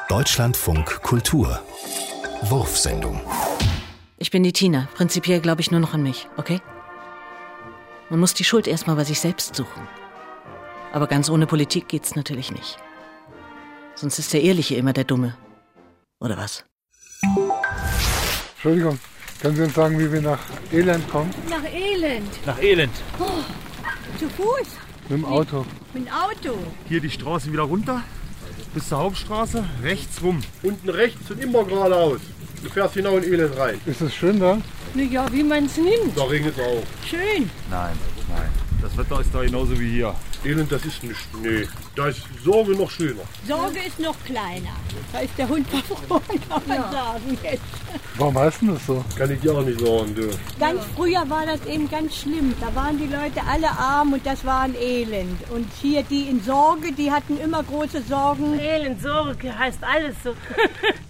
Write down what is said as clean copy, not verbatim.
Deutschlandfunk Kultur. Wurfsendung. Ich bin die Tina. Prinzipiell glaube ich nur noch an mich, okay? Man muss die Schuld erstmal bei sich selbst suchen. Aber ganz ohne Politik geht's natürlich nicht. Sonst ist der Ehrliche immer der Dumme. Oder was? Entschuldigung, können Sie uns sagen, wie wir nach Elend kommen? Nach Elend? Nach Elend. Oh, zu Fuß? Mit dem Auto. Mit dem Auto? Hier die Straße wieder runter, bis zur Hauptstraße, rechts rum. Unten rechts und immer geradeaus. Du fährst genau in Elend rein. Ist es schön da? Na ja, wie man es nimmt. Da regnet es auch. Schön. Nein. Das Wetter ist da genauso wie hier. Elend, das ist nicht. Nee, da ist Sorge noch schöner. Sorge ist noch kleiner. Da ist der Hund verfroren, kann man sagen jetzt. Warum heißt denn das so? Kann ich dir auch nicht sagen, du. Ganz früher war das eben ganz schlimm. Da waren die Leute alle arm und das war ein Elend. Und hier die in Sorge, die hatten immer große Sorgen. Elend, Sorge heißt alles so.